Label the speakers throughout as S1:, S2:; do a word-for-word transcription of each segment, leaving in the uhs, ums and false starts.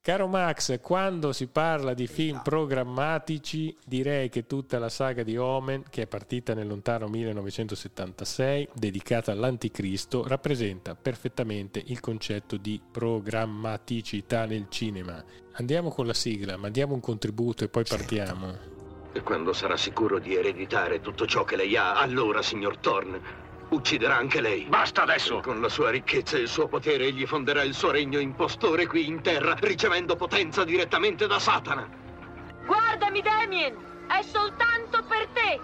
S1: Caro Max, quando si parla di film programmatici, direi che tutta la saga di Omen, che è partita nel lontano millenovecentosettantasei, dedicata all'Anticristo, rappresenta perfettamente il concetto di programmaticità nel cinema. Andiamo con la sigla, mandiamo un contributo e poi
S2: certo.
S1: partiamo.
S2: E quando sarà sicuro di ereditare tutto ciò che lei ha, allora, signor Thorne, ucciderà anche lei.
S3: Basta adesso!
S2: Con la sua ricchezza e il suo potere egli fonderà il suo regno impostore qui in terra, ricevendo potenza direttamente da Satana.
S4: Guardami, Damien! È soltanto per te!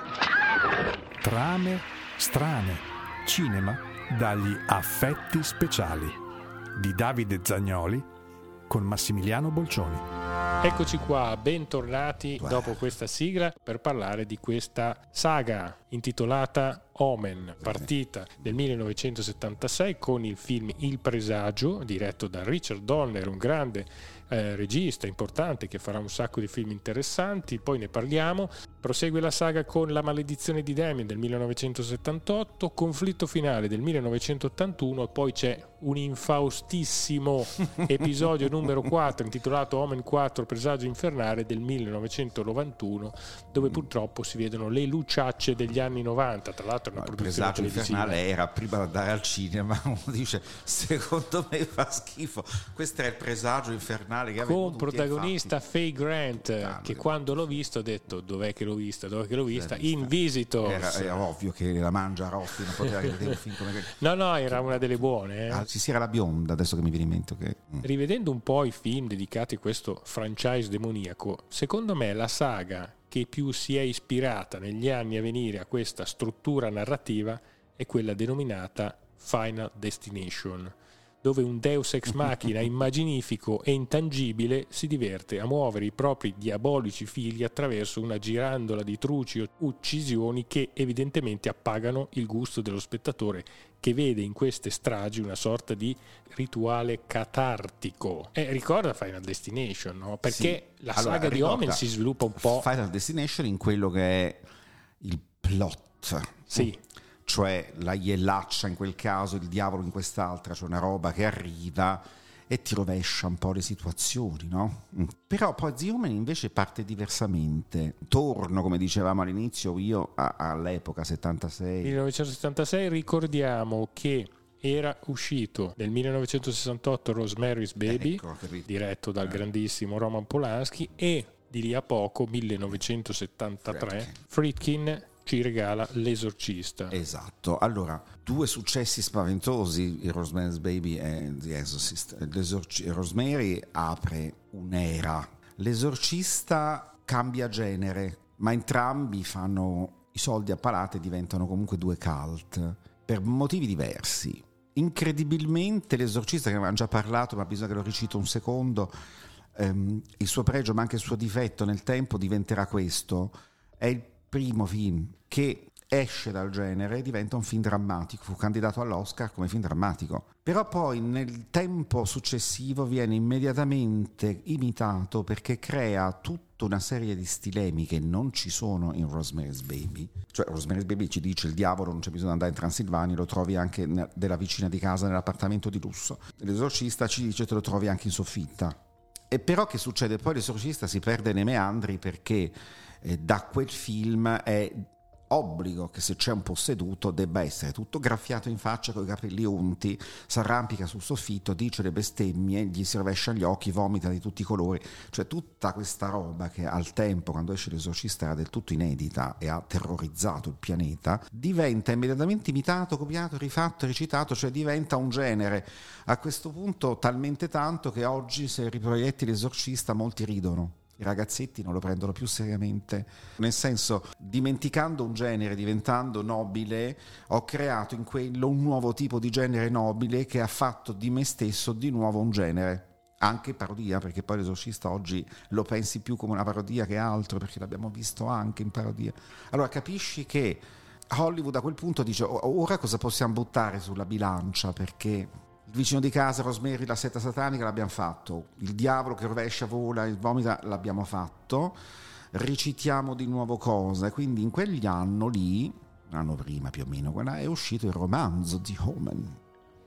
S5: Trame strane. Cinema dagli affetti speciali di Davide Zagnoli con Massimiliano Bolcioni.
S1: Eccoci qua, bentornati dopo questa sigla per parlare di questa saga intitolata Omen, partita nel millenovecentosettantasei con il film Il Presagio, diretto da Richard Donner, un grande eh, regista importante che farà un sacco di film interessanti, poi ne parliamo. Prosegue la saga con La maledizione di Damien del millenovecentosettantotto, Conflitto finale del millenovecentottantuno e poi c'è un infaustissimo episodio numero quattro intitolato Omen quattro Presagio infernale del millenovecentonovantuno, dove purtroppo si vedono le luciacce degli anni novanta. Tra l'altro una
S6: no,
S1: produzione
S6: il Presagio
S1: televisiva.
S6: infernale era prima di andare al cinema, uno dice secondo me fa schifo, questo era il Presagio infernale che
S1: con protagonista Faye Grant,
S6: Puttana,
S1: che
S6: che
S1: quando l'ho visto ho detto dov'è che l'ho vista, dov'è che l'ho vista?
S6: vista.
S1: In Visitors.
S6: Era, era ovvio che la mangia Rossi non poteva vedere un film come
S1: no no era una delle buone eh.
S6: ah, si era la bionda, adesso che mi viene in mente che... mm.
S1: Rivedendo un po' i film dedicati a questo franchise demoniaco, secondo me la saga che più si è ispirata negli anni a venire a questa struttura narrativa è quella denominata Final Destination, dove un deus ex machina immaginifico e intangibile si diverte a muovere i propri diabolici figli attraverso una girandola di truci o uccisioni che evidentemente appagano il gusto dello spettatore, che vede in queste stragi una sorta di rituale catartico. Eh, ricorda Final Destination, no? Perché sì. la
S6: allora,
S1: saga di Omen si sviluppa un po'...
S6: Final Destination in quello che è il plot.
S1: Sì.
S6: Cioè la iellaccia in quel caso, il diavolo in quest'altra, cioè una roba che arriva e ti rovescia un po' le situazioni, no? Però poi The Omen invece parte diversamente. Torno, come dicevamo all'inizio, io a, all'epoca settantasei.
S1: millenovecentosettantasei, ricordiamo che era uscito nel millenovecentosessantotto Rosemary's Baby,
S6: ecco,
S1: diretto dal eh. grandissimo Roman Polanski, e di lì a poco, millenovecentosettantatré, Friedkin ci regala L'Esorcista.
S6: Esatto, allora due successi spaventosi, il Rosemary's Baby e The Exorcist. L'esorci- Rosemary apre un'era, L'Esorcista cambia genere, ma entrambi fanno i soldi a palate e diventano comunque due cult per motivi diversi. Incredibilmente L'Esorcista, che ne avevamo già parlato ma bisogna che lo ricito un secondo, ehm, il suo pregio ma anche il suo difetto nel tempo diventerà questo: è il primo film che esce dal genere e diventa un film drammatico. Fu candidato all'Oscar come film drammatico, però poi nel tempo successivo viene immediatamente imitato perché crea tutta una serie di stilemi che non ci sono in Rosemary's Baby. Cioè Rosemary's Baby ci dice il diavolo non c'è bisogno di andare in Transilvania, lo trovi anche della vicina di casa nell'appartamento di lusso. L'Esorcista ci dice te lo trovi anche in soffitta. E però che succede? Poi L'Esorcista si perde nei meandri perché eh, da quel film è obbligo che se c'è un posseduto debba essere tutto graffiato in faccia con i capelli unti, s'arrampica sul soffitto, dice le bestemmie, gli si rovescia gli occhi, vomita di tutti i colori, cioè tutta questa roba che al tempo, quando esce L'Esorcista, era del tutto inedita e ha terrorizzato il pianeta, diventa immediatamente imitato, copiato, rifatto, recitato, cioè diventa un genere a questo punto talmente tanto che oggi se riproietti L'Esorcista molti ridono. I ragazzetti non lo prendono più seriamente, nel senso, dimenticando un genere, diventando nobile, ho creato in quello un nuovo tipo di genere nobile che ha fatto di me stesso di nuovo un genere, anche parodia, perché poi L'Esorcista oggi lo pensi più come una parodia che altro, perché l'abbiamo visto anche in parodia. Allora capisci che Hollywood a quel punto dice: ora cosa possiamo buttare sulla bilancia, perché il vicino di casa, Rosemary, la setta satanica, l'abbiamo fatto. Il diavolo che rovescia, vola, vomita, l'abbiamo fatto. Recitiamo di nuovo cose. Quindi in quegli anni lì, un anno prima più o meno, è uscito il romanzo di Omen.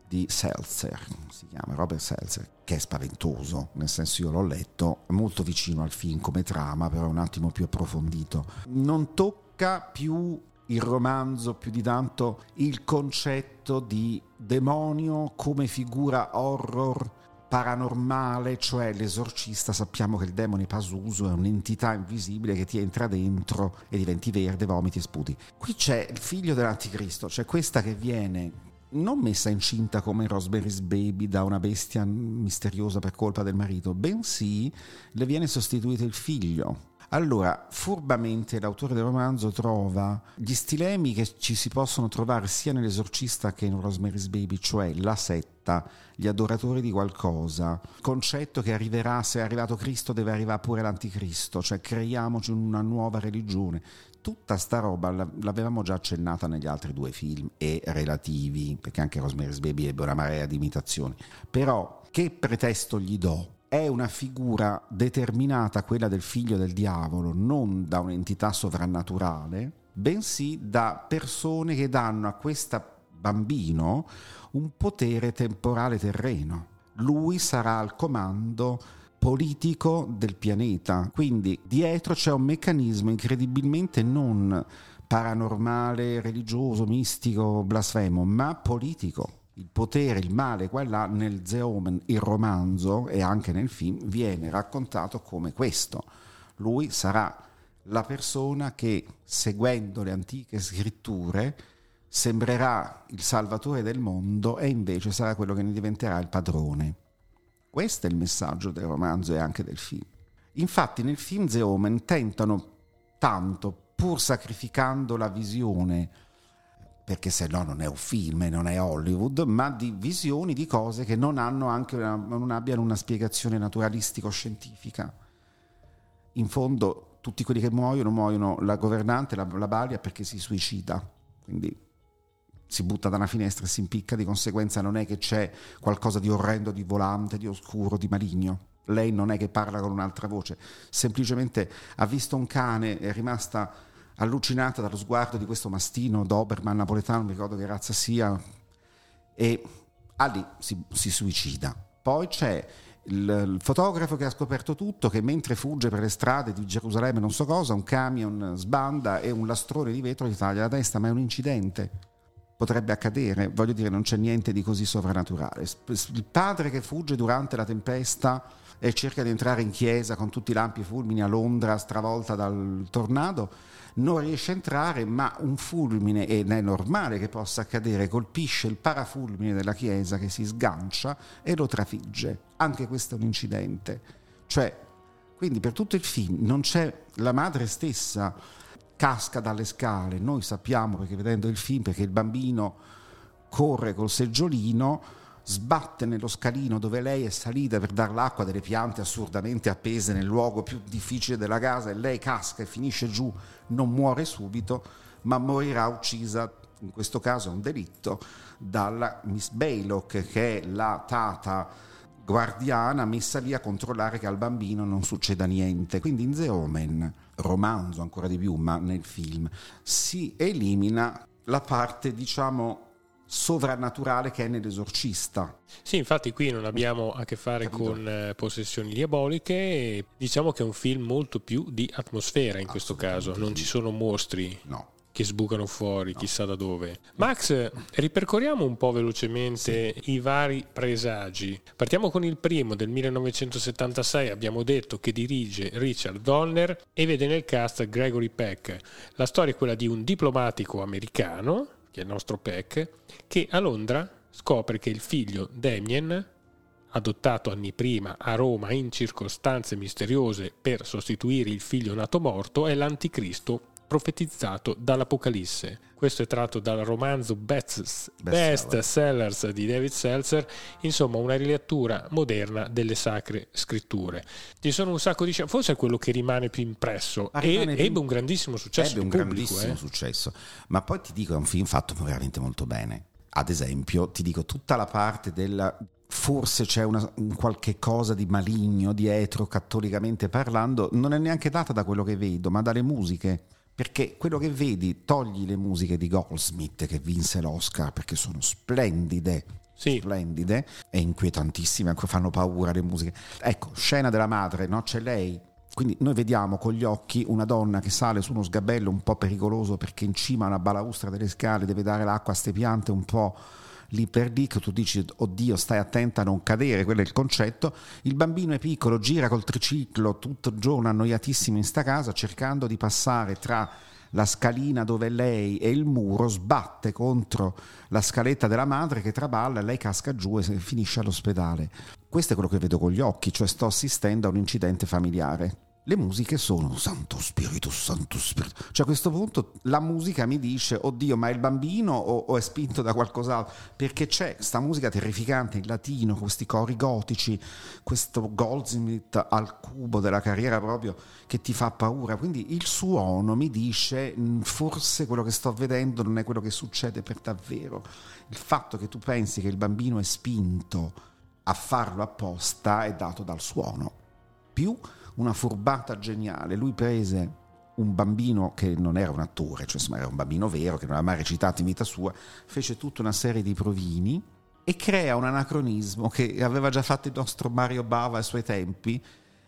S6: di Seltzer, si chiama Robert Seltzer, che è spaventoso, nel senso io l'ho letto, è molto vicino al film come trama, però è un attimo più approfondito. Non tocca più il romanzo più di tanto il concetto di demonio come figura horror paranormale, cioè l'esorcista. Sappiamo che il demone Pazuzu è un'entità invisibile che ti entra dentro e diventi verde, vomiti e sputi. Qui c'è il figlio dell'anticristo, cioè questa che viene non messa incinta come Rosemary's Baby da una bestia misteriosa per colpa del marito, bensì le viene sostituito il figlio. Allora, furbamente l'autore del romanzo trova gli stilemi che ci si possono trovare sia nell'esorcista che in Rosemary's Baby, cioè la setta, gli adoratori di qualcosa, concetto che arriverà, se è arrivato Cristo deve arrivare pure l'anticristo, cioè creiamoci una nuova religione. Tutta sta roba l'avevamo già accennata negli altri due film e relativi, perché anche Rosemary's Baby ebbe una marea di imitazioni. Però che pretesto gli do? È una figura determinata, quella del figlio del diavolo, non da un'entità sovrannaturale, bensì da persone che danno a questo bambino un potere temporale terreno. Lui sarà al comando politico del pianeta, quindi dietro c'è un meccanismo incredibilmente non paranormale, religioso, mistico, blasfemo, ma politico. Il potere, il male, qua e là, nel The Omen, il romanzo e anche nel film, viene raccontato come questo. Lui sarà la persona che, seguendo le antiche scritture, sembrerà il salvatore del mondo e invece sarà quello che ne diventerà il padrone. Questo è il messaggio del romanzo e anche del film. Infatti nel film The Omen tentano tanto, pur sacrificando la visione, perché se no non è un film e non è Hollywood, ma di visioni di cose che non hanno anche una, non abbiano una spiegazione naturalistico-scientifica. In fondo tutti quelli che muoiono muoiono, la governante, la, la balia, perché si suicida, quindi si butta da una finestra e si impicca, di conseguenza non è che c'è qualcosa di orrendo, di volante, di oscuro, di maligno. Lei non è che parla con un'altra voce, semplicemente ha visto un cane, è rimasta allucinata dallo sguardo di questo mastino Doberman napoletano, non mi ricordo che razza sia, e ah, lì si, si suicida. Poi c'è il, il fotografo che ha scoperto tutto, che mentre fugge per le strade di Gerusalemme non so cosa, un camion sbanda e un lastrone di vetro gli taglia la testa, ma è un incidente, potrebbe accadere, voglio dire, non c'è niente di così sovrannaturale. Il padre che fugge durante la tempesta e cerca di entrare in chiesa con tutti i lampi e fulmini a Londra stravolta dal tornado, non riesce a entrare, ma un fulmine, ed è normale che possa accadere, colpisce il parafulmine della chiesa che si sgancia e lo trafigge. Anche questo è un incidente. Cioè, quindi per tutto il film non c'è, la madre stessa casca dalle scale, noi sappiamo perché vedendo il film, perché il bambino corre col seggiolino, sbatte nello scalino dove lei è salita per dar l'acqua delle piante assurdamente appese nel luogo più difficile della casa, e lei casca e finisce giù, non muore subito, ma morirà uccisa, in questo caso è un delitto, dalla Miss Baylock, che è la tata guardiana messa lì a controllare che al bambino non succeda niente. Quindi in The Omen, romanzo ancora di più, ma nel film si elimina la parte, diciamo, sovrannaturale che è nell'esorcista.
S1: Sì, infatti qui non abbiamo a che fare Capito? con eh, possessioni diaboliche, e diciamo che è un film molto più di atmosfera in questo caso, non ci sono mostri
S6: no.
S1: che sbucano fuori, no. chissà da dove. Max, ripercorriamo un po' velocemente sì. i vari presagi. Partiamo con il primo del millenovecentosettantasei, abbiamo detto che dirige Richard Donner e vede nel cast Gregory Peck. La storia è quella di un diplomatico americano, che è il nostro Peck, che a Londra scopre che il figlio Damien, adottato anni prima a Roma in circostanze misteriose per sostituire il figlio nato morto, è l'anticristo profetizzato dall'Apocalisse. Questo è tratto dal romanzo Best, Best Sellers di David Seltzer, insomma una rilettura moderna delle sacre scritture. Ci sono un sacco di scene, forse è quello che rimane più impresso, e ebbe più... un grandissimo successo
S6: ebbe un
S1: pubblico,
S6: grandissimo
S1: eh.
S6: successo, ma poi ti dico è un film fatto veramente molto bene. Ad esempio ti dico tutta la parte della forse c'è una, un qualche cosa di maligno dietro, cattolicamente parlando, non è neanche data da quello che vedo, ma dalle musiche. Perché quello che vedi, togli le musiche di Goldsmith che vinse l'Oscar perché sono splendide,
S1: sì.
S6: splendide e inquietantissime, fanno paura le musiche. Ecco, scena della madre, no? C'è lei. Quindi noi vediamo con gli occhi una donna che sale su uno sgabello un po' pericoloso perché in cima a una balaustra delle scale deve dare l'acqua a ste piante un po' lì per lì, che tu dici oddio stai attenta a non cadere, quello è il concetto. Il bambino è piccolo, gira col triciclo tutto il giorno annoiatissimo in sta casa cercando di passare tra la scalina dove è lei e il muro, sbatte contro la scaletta della madre che traballa e lei casca giù e finisce all'ospedale. Questo è quello che vedo con gli occhi, cioè sto assistendo a un incidente familiare. Le musiche sono Santo Spirito, Santo Spirito. Cioè a questo punto la musica mi dice oddio, ma è il bambino o, o è spinto da qualcos'altro? Perché c'è sta musica terrificante in latino, questi cori gotici, questo Goldsmith al cubo della carriera proprio che ti fa paura. Quindi il suono mi dice forse quello che sto vedendo non è quello che succede per davvero. Il fatto che tu pensi che il bambino è spinto a farlo apposta è dato dal suono. Più una furbata geniale, lui prese un bambino che non era un attore, cioè insomma era un bambino vero che non aveva mai recitato in vita sua, fece tutta una serie di provini e crea un anacronismo che aveva già fatto il nostro Mario Bava ai suoi tempi,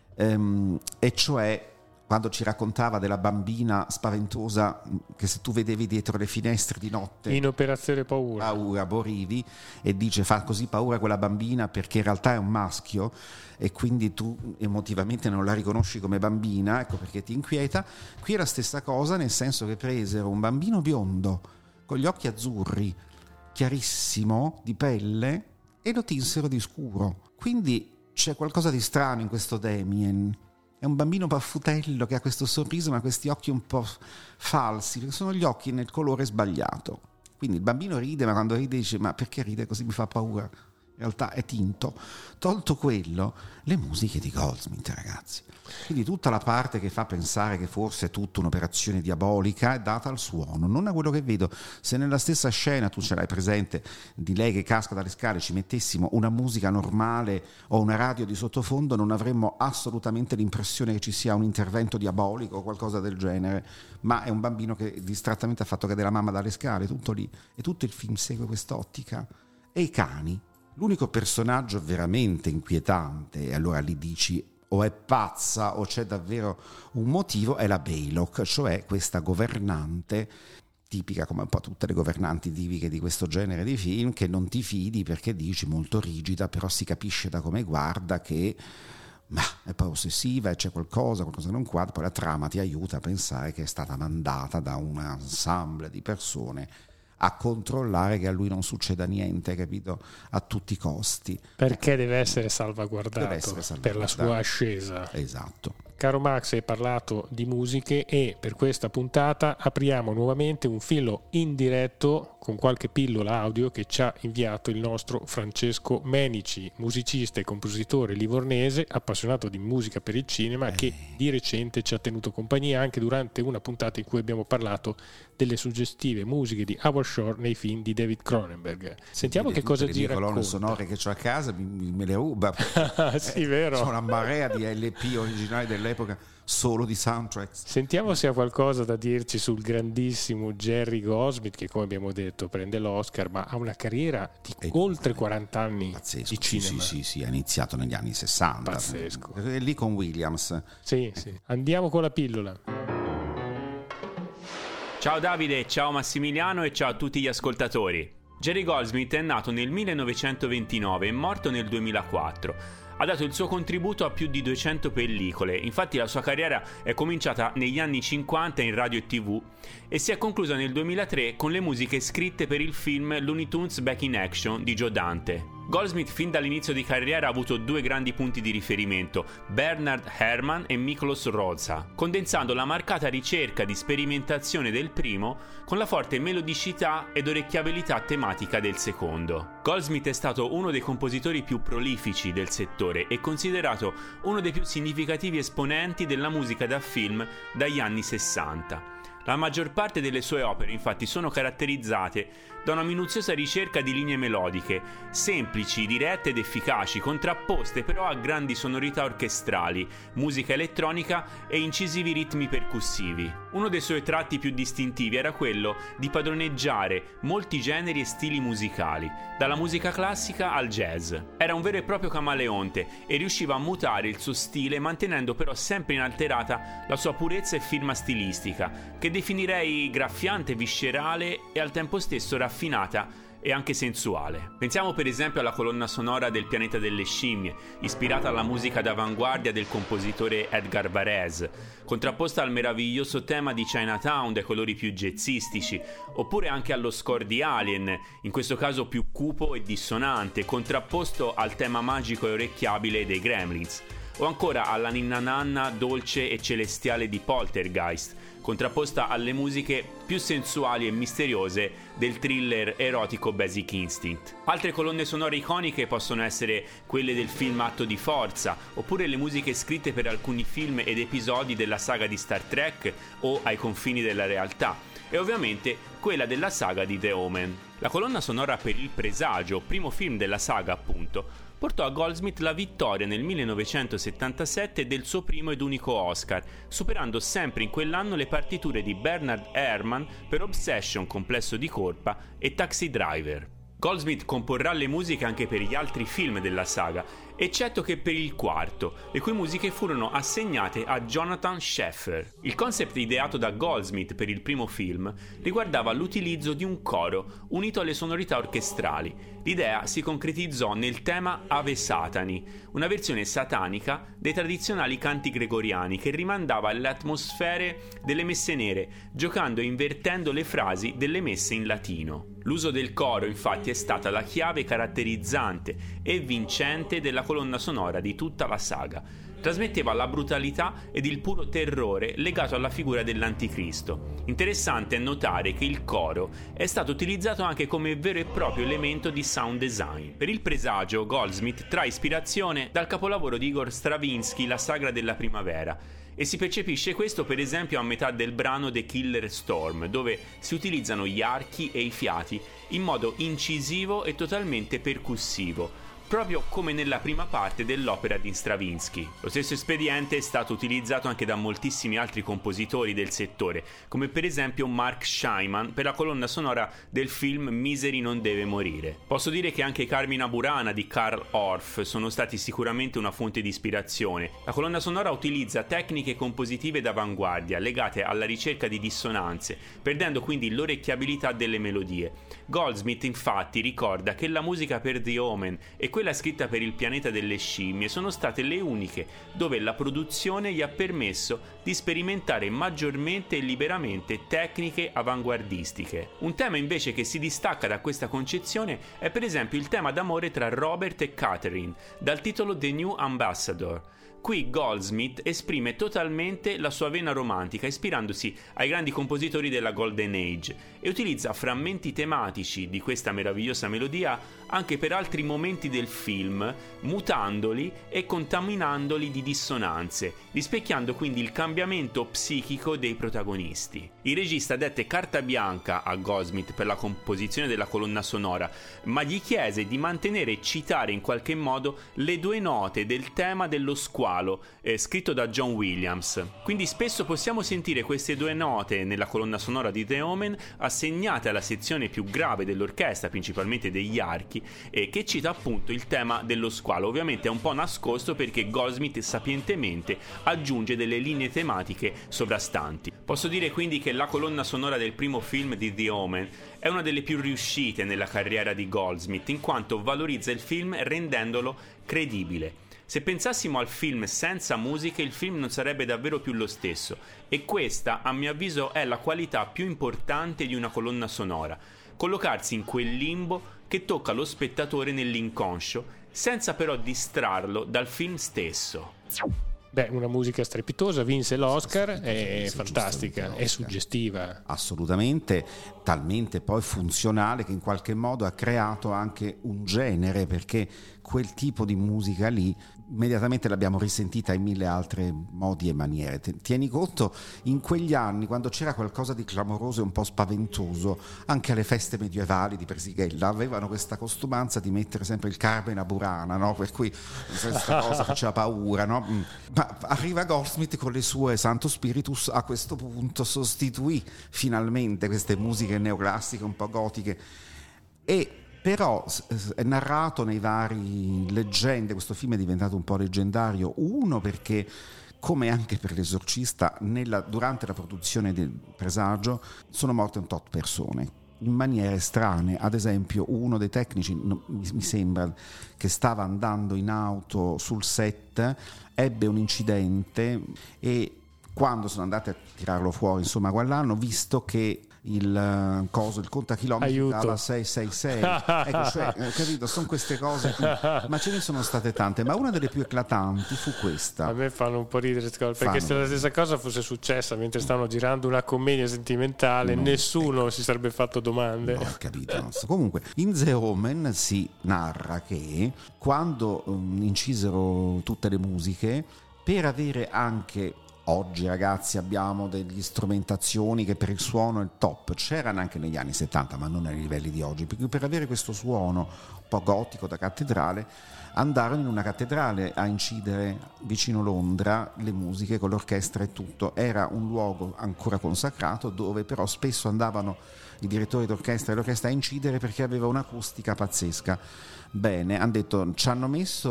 S6: ehm, e cioè quando ci raccontava della bambina spaventosa che se tu vedevi dietro le finestre di notte
S1: in Operazione Paura
S6: paura morivi, e dice fa così paura quella bambina perché in realtà è un maschio e quindi tu emotivamente non la riconosci come bambina, ecco perché ti inquieta. Qui è la stessa cosa, nel senso che presero un bambino biondo con gli occhi azzurri chiarissimo di pelle e lo tinsero di scuro, quindi c'è qualcosa di strano in questo Damien. È un bambino paffutello che ha questo sorriso ma questi occhi un po' falsi, perché sono gli occhi nel colore sbagliato. Quindi il bambino ride, ma quando ride dice ma perché ride così, mi fa paura. In realtà è tinto. Tolto quello, le musiche di Goldsmith, ragazzi. Quindi tutta la parte che fa pensare che forse è tutta un'operazione diabolica è data al suono, non a quello che vedo. Se nella stessa scena, tu ce l'hai presente, di lei che casca dalle scale, ci mettessimo una musica normale o una radio di sottofondo, non avremmo assolutamente l'impressione che ci sia un intervento diabolico o qualcosa del genere, ma è un bambino che distrattamente ha fatto cadere la mamma dalle scale, tutto lì. E tutto il film segue quest'ottica. E i cani? L'unico personaggio veramente inquietante, e allora lì dici o è pazza o c'è davvero un motivo, è la Baylock, cioè questa governante tipica come un po' tutte le governanti tipiche di questo genere di film, che non ti fidi perché dici molto rigida, però si capisce da come guarda che ma è poi ossessiva e c'è qualcosa, qualcosa non quadra, poi la trama ti aiuta a pensare che è stata mandata da un ensemble di persone a controllare che a lui non succeda niente, capito? A tutti i costi.
S1: Perché deve essere salvaguardato,
S6: deve essere salvaguardato
S1: per la sua ascesa.
S6: Esatto.
S1: Caro Max, hai parlato di musiche e per questa puntata apriamo nuovamente un filo indiretto con qualche pillola audio che ci ha inviato il nostro Francesco Menici, musicista e compositore livornese, appassionato di musica per il cinema, eh. che di recente ci ha tenuto compagnia anche durante una puntata in cui abbiamo parlato delle suggestive musiche di Howard Shore nei film di David Cronenberg. Sentiamo che cosa ci racconta. Le
S6: colonne sonore che ho a casa me le ruba.
S1: Sì, vero.
S6: C'è una marea di L P originali dell'epoca solo di soundtracks.
S1: Sentiamo se ha qualcosa da dirci sul grandissimo Jerry Goldsmith, che come abbiamo detto prende l'Oscar, ma ha una carriera di e oltre quaranta anni
S6: pazzesco,
S1: di cinema.
S6: Sì, sì, sì, ha iniziato negli anni sessanta.
S1: Pazzesco.
S6: È lì con Williams.
S1: Sì, sì. Andiamo con la pillola.
S3: Ciao Davide, ciao Massimiliano e ciao a tutti gli ascoltatori. Jerry Goldsmith è nato nel millenovecentoventinove e morto nel duemilaquattro. Ha dato il suo contributo a più di duecento pellicole, infatti la sua carriera è cominciata negli anni cinquanta in radio e tv e si è conclusa nel duemilatré con le musiche scritte per il film Looney Tunes Back in Action di Joe Dante. Goldsmith fin dall'inizio di carriera ha avuto due grandi punti di riferimento, Bernard Herrmann e Miklos Rozsa, condensando la marcata ricerca di sperimentazione del primo con la forte melodicità ed orecchiabilità tematica del secondo. Goldsmith è stato uno dei compositori più prolifici del settore e considerato uno dei più significativi esponenti della musica da film dagli anni sessanta. La maggior parte delle sue opere infatti sono caratterizzate da una minuziosa ricerca di linee melodiche, semplici, dirette ed efficaci, contrapposte però a grandi sonorità orchestrali, musica elettronica e incisivi ritmi percussivi. Uno dei suoi tratti più distintivi era quello di padroneggiare molti generi e stili musicali, dalla musica classica al jazz. Era un vero e proprio camaleonte e riusciva a mutare il suo stile mantenendo però sempre inalterata la sua purezza e firma stilistica, che definirei graffiante, viscerale e al tempo stesso raffinata e anche sensuale. Pensiamo per esempio alla colonna sonora del Pianeta delle Scimmie, ispirata alla musica d'avanguardia del compositore Edgar Varese, contrapposta al meraviglioso tema di Chinatown dai colori più jazzistici, oppure anche allo score di Alien, in questo caso più cupo e dissonante, contrapposto al tema magico e orecchiabile dei Gremlins, o ancora alla ninna nanna dolce e celestiale di Poltergeist, contrapposta alle musiche più sensuali e misteriose del thriller erotico Basic Instinct. Altre colonne sonore iconiche possono essere quelle del film Atto di Forza, oppure le musiche scritte per alcuni film ed episodi della saga di Star Trek o Ai confini della realtà, e ovviamente quella della saga di The Omen. La colonna sonora per Il Presagio, primo film della saga appunto, portò a Goldsmith la vittoria nel millenovecentosettantasette del suo primo ed unico Oscar, superando sempre in quell'anno le partiture di Bernard Herrmann per Obsession, Complesso di colpa e Taxi Driver. Goldsmith comporrà le musiche anche per gli altri film della saga, eccetto che per il quarto, le cui musiche furono assegnate a Jonathan Schaeffer. Il concept ideato da Goldsmith per il primo film riguardava l'utilizzo di un coro unito alle sonorità orchestrali. L'idea si concretizzò nel tema Ave Satani, una versione satanica dei tradizionali canti gregoriani che rimandava alle atmosfere delle messe nere, giocando e invertendo le frasi delle messe in latino. L'uso del coro, infatti, è stata la chiave caratterizzante e vincente della colonna sonora di tutta la saga. Trasmetteva la brutalità ed il puro terrore legato alla figura dell'anticristo. Interessante è notare che il coro è stato utilizzato anche come vero e proprio elemento di sound design. Per Il Presagio, Goldsmith trae ispirazione dal capolavoro di Igor Stravinsky, La Sagra della Primavera, e si percepisce questo per esempio a metà del brano The Killer Storm, dove si utilizzano gli archi e i fiati in modo incisivo e totalmente percussivo, proprio come nella prima parte dell'opera di Stravinsky. Lo stesso espediente è stato utilizzato anche da moltissimi altri compositori del settore, come per esempio Mark Scheinman per la colonna sonora del film Misery non deve morire. Posso dire che anche Carmina Burana di Carl Orff sono stati sicuramente una fonte di ispirazione. La colonna sonora utilizza tecniche compositive d'avanguardia legate alla ricerca di dissonanze, perdendo quindi l'orecchiabilità delle melodie. Goldsmith infatti ricorda che la musica per The Omen e quella scritta per Il Pianeta delle Scimmie sono state le uniche dove la produzione gli ha permesso di sperimentare maggiormente e liberamente tecniche avanguardistiche. Un tema invece che si distacca da questa concezione è per esempio il tema d'amore tra Robert e Catherine, dal titolo The New Ambassador. Qui Goldsmith esprime totalmente la sua vena romantica, ispirandosi ai grandi compositori della Golden Age, e utilizza frammenti tematici di questa meravigliosa melodia anche per altri momenti del film, mutandoli e contaminandoli di dissonanze, rispecchiando quindi il cambiamento psichico dei protagonisti. Il regista dette carta bianca a Goldsmith per la composizione della colonna sonora, ma gli chiese di mantenere e citare in qualche modo le due note del tema dello squalo, eh, scritto da John Williams. Quindi spesso possiamo sentire queste due note nella colonna sonora di The Omen assegnate alla sezione più grave dell'orchestra, principalmente degli archi, e che cita appunto il tema dello squalo. Ovviamente è un po' nascosto perché Goldsmith sapientemente aggiunge delle linee tematiche sovrastanti. Posso dire quindi che la colonna sonora del primo film di The Omen è una delle più riuscite nella carriera di Goldsmith, in quanto valorizza il film rendendolo credibile. Se pensassimo al film senza musiche, il film non sarebbe davvero più lo stesso, e questa, a mio avviso, è la qualità più importante di una colonna sonora: collocarsi in quel limbo che tocca lo spettatore nell'inconscio, senza però distrarlo dal film stesso.
S1: Beh, una musica strepitosa, vinse l'Oscar, è fantastica, è suggestiva.
S6: Assolutamente, talmente poi funzionale che in qualche modo ha creato anche un genere, perché quel tipo di musica lì immediatamente l'abbiamo risentita in mille altre modi e maniere. Tieni conto, in quegli anni, quando c'era qualcosa di clamoroso e un po' spaventoso, anche alle feste medievali di Persighella avevano questa costumanza di mettere sempre il Carmina Burana, no? Per cui questa cosa faceva paura, no? Ma arriva Goldsmith con le sue Santo Spiritus, a questo punto sostituì finalmente queste musiche neoclassiche un po' gotiche, e però è narrato nei vari leggende. Questo film è diventato un po' leggendario, uno perché, come anche per L'Esorcista, nella, durante la produzione del Presagio sono morte un tot persone in maniere strane. Ad esempio, uno dei tecnici, no, mi, mi sembra che stava andando in auto sul set, ebbe un incidente e quando sono andati a tirarlo fuori, insomma, quell'anno, visto che il coso, il contachilometri dava sei sei sei, ecco, cioè, capito, sono queste cose qui. Ma ce ne sono state tante, ma una delle più eclatanti fu questa.
S1: A me fanno un po' ridere, perché se la stessa cosa fosse successa mentre stavano girando una commedia sentimentale, no, nessuno ecco. si sarebbe fatto domande.
S6: No, capito, no. Comunque in The Omen si narra che quando um, incisero tutte le musiche, per avere anche, oggi ragazzi abbiamo delle strumentazioni che per il suono è il top, c'erano anche negli anni settanta ma non ai livelli di oggi, perché per avere questo suono un po' gotico da cattedrale andarono in una cattedrale a incidere vicino Londra le musiche con l'orchestra e tutto. Era un luogo ancora consacrato dove però spesso andavano i direttori d'orchestra e l'orchestra a incidere perché aveva un'acustica pazzesca. Bene, hanno detto, ci hanno messo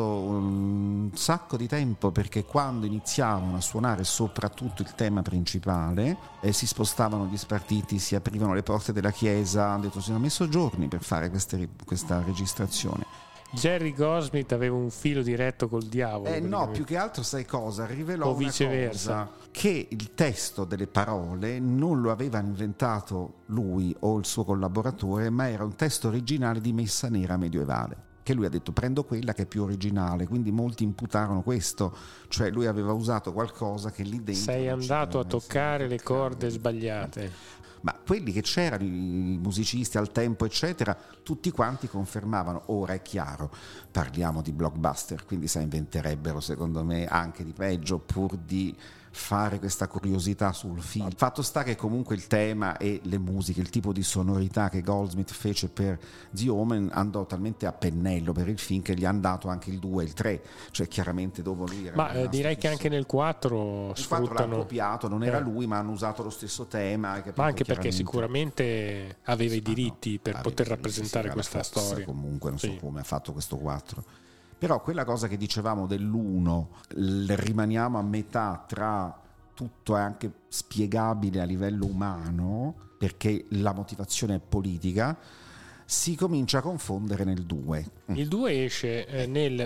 S6: un sacco di tempo, perché quando iniziavano a suonare soprattutto il tema principale e si spostavano gli spartiti, si aprivano le porte della chiesa, hanno detto, si hanno messo giorni per fare queste, questa registrazione.
S1: Jerry Goldsmith aveva un filo diretto col diavolo.
S6: Eh no, più che altro sai cosa? Rivelò
S1: o
S6: una
S1: viceversa.
S6: cosa, che il testo delle parole non lo aveva inventato lui o il suo collaboratore, ma era un testo originale di Messa Nera medievale, che lui ha detto prendo quella che è più originale, quindi molti imputarono questo, cioè lui aveva usato qualcosa che lì dentro
S1: sei andato a toccare le corde sbagliate.
S6: Ma quelli che c'erano, i musicisti al tempo eccetera, tutti quanti confermavano. Ora è chiaro, parliamo di blockbuster, quindi se inventerebbero secondo me anche di peggio pur di fare questa curiosità sul film. Il fatto sta che comunque il tema e le musiche, il tipo di sonorità che Goldsmith fece per The Omen andò talmente a pennello per il film che gli hanno dato anche il due e il tre, cioè chiaramente dopo lui era.
S1: Ma eh, direi che anche nel quattro
S6: il
S1: sfruttano,
S6: quattro l'hanno copiato, non era
S1: eh.
S6: lui, ma hanno usato lo stesso tema,
S1: ma anche perché sicuramente aveva i diritti
S6: ah, no,
S1: per
S6: aveva
S1: poter
S6: i diritti,
S1: rappresentare
S6: sì,
S1: questa
S6: Fox,
S1: storia.
S6: Comunque non
S1: sì.
S6: so come ha fatto questo quattro. Però quella cosa che dicevamo dell'uno, rimaniamo a metà tra tutto è anche spiegabile a livello umano perché la motivazione è politica, si comincia a confondere nel due.
S1: Il due esce eh, nel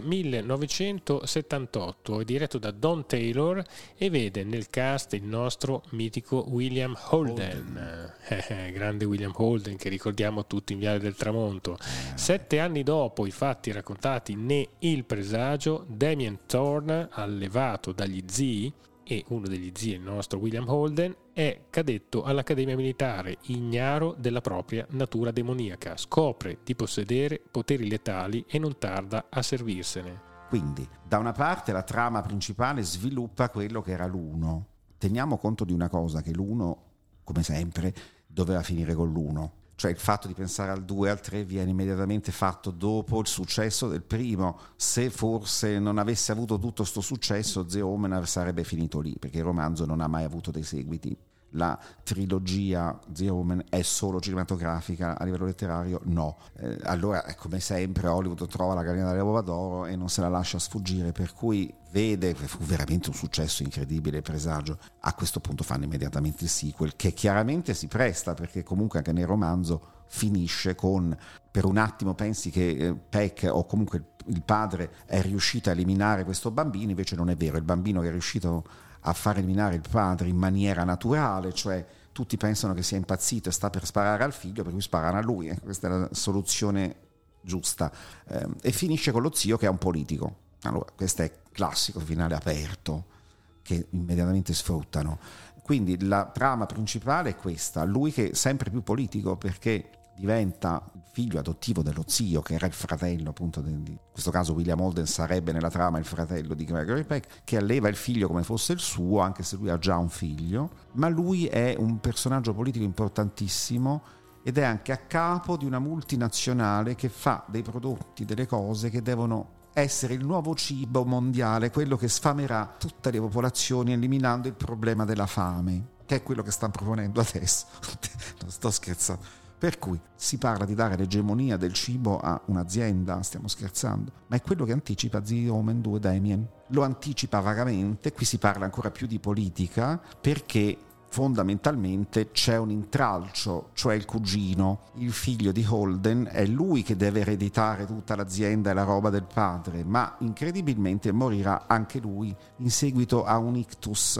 S1: millenovecentosettantotto, è diretto da Don Taylor e vede nel cast il nostro mitico William Holden, Holden. Eh, grande William Holden che ricordiamo tutti in Viale del Tramonto. Eh. Sette anni dopo i fatti raccontati ne Il Presagio, Damien Thorne, allevato dagli zii, e uno degli zii, il nostro William Holden, è cadetto all'Accademia Militare, ignaro della propria natura demoniaca, scopre di possedere poteri letali e non tarda a servirsene.
S6: Quindi, da una parte la trama principale sviluppa quello che era l'uno. Teniamo conto di una cosa, che l'uno, come sempre, doveva finire con l'uno. Cioè il fatto di pensare al due e al tre viene immediatamente fatto dopo il successo del primo. Se forse non avesse avuto tutto sto successo, The Omen sarebbe finito lì, perché il romanzo non ha mai avuto dei seguiti. La trilogia The Omen è solo cinematografica, a livello letterario no. Eh, allora, come sempre, Hollywood trova la gallina dalle uova d'oro e non se la lascia sfuggire, per cui vede, fu veramente un successo incredibile il Presagio. A questo punto fanno immediatamente il sequel, che chiaramente si presta, perché comunque anche nel romanzo finisce con, per un attimo pensi che eh, Peck o comunque il padre è riuscito a eliminare questo bambino, invece non è vero, il bambino che è riuscito a far eliminare il padre in maniera naturale, cioè tutti pensano che sia impazzito e sta per sparare al figlio, per cui sparano a lui, eh. Questa è la soluzione giusta, eh, e finisce con lo zio che è un politico. Allora, questo è classico finale aperto che immediatamente sfruttano. Quindi la trama principale è questa, lui che è sempre più politico, perché diventa il figlio adottivo dello zio, che era il fratello appunto di, in questo caso William Holden sarebbe nella trama il fratello di Gregory Peck, che alleva il figlio come fosse il suo, anche se lui ha già un figlio. Ma lui è un personaggio politico importantissimo ed è anche a capo di una multinazionale che fa dei prodotti, delle cose che devono essere il nuovo cibo mondiale, quello che sfamerà tutte le popolazioni eliminando il problema della fame, che è quello che stanno proponendo adesso. Non sto scherzando. Per cui si parla di dare l'egemonia del cibo a un'azienda, stiamo scherzando, ma è quello che anticipa The Omen due Damien. Lo anticipa vagamente, qui si parla ancora più di politica, perché fondamentalmente c'è un intralcio, cioè il cugino, il figlio di Holden, è lui che deve ereditare tutta l'azienda e la roba del padre, ma incredibilmente morirà anche lui in seguito a un ictus.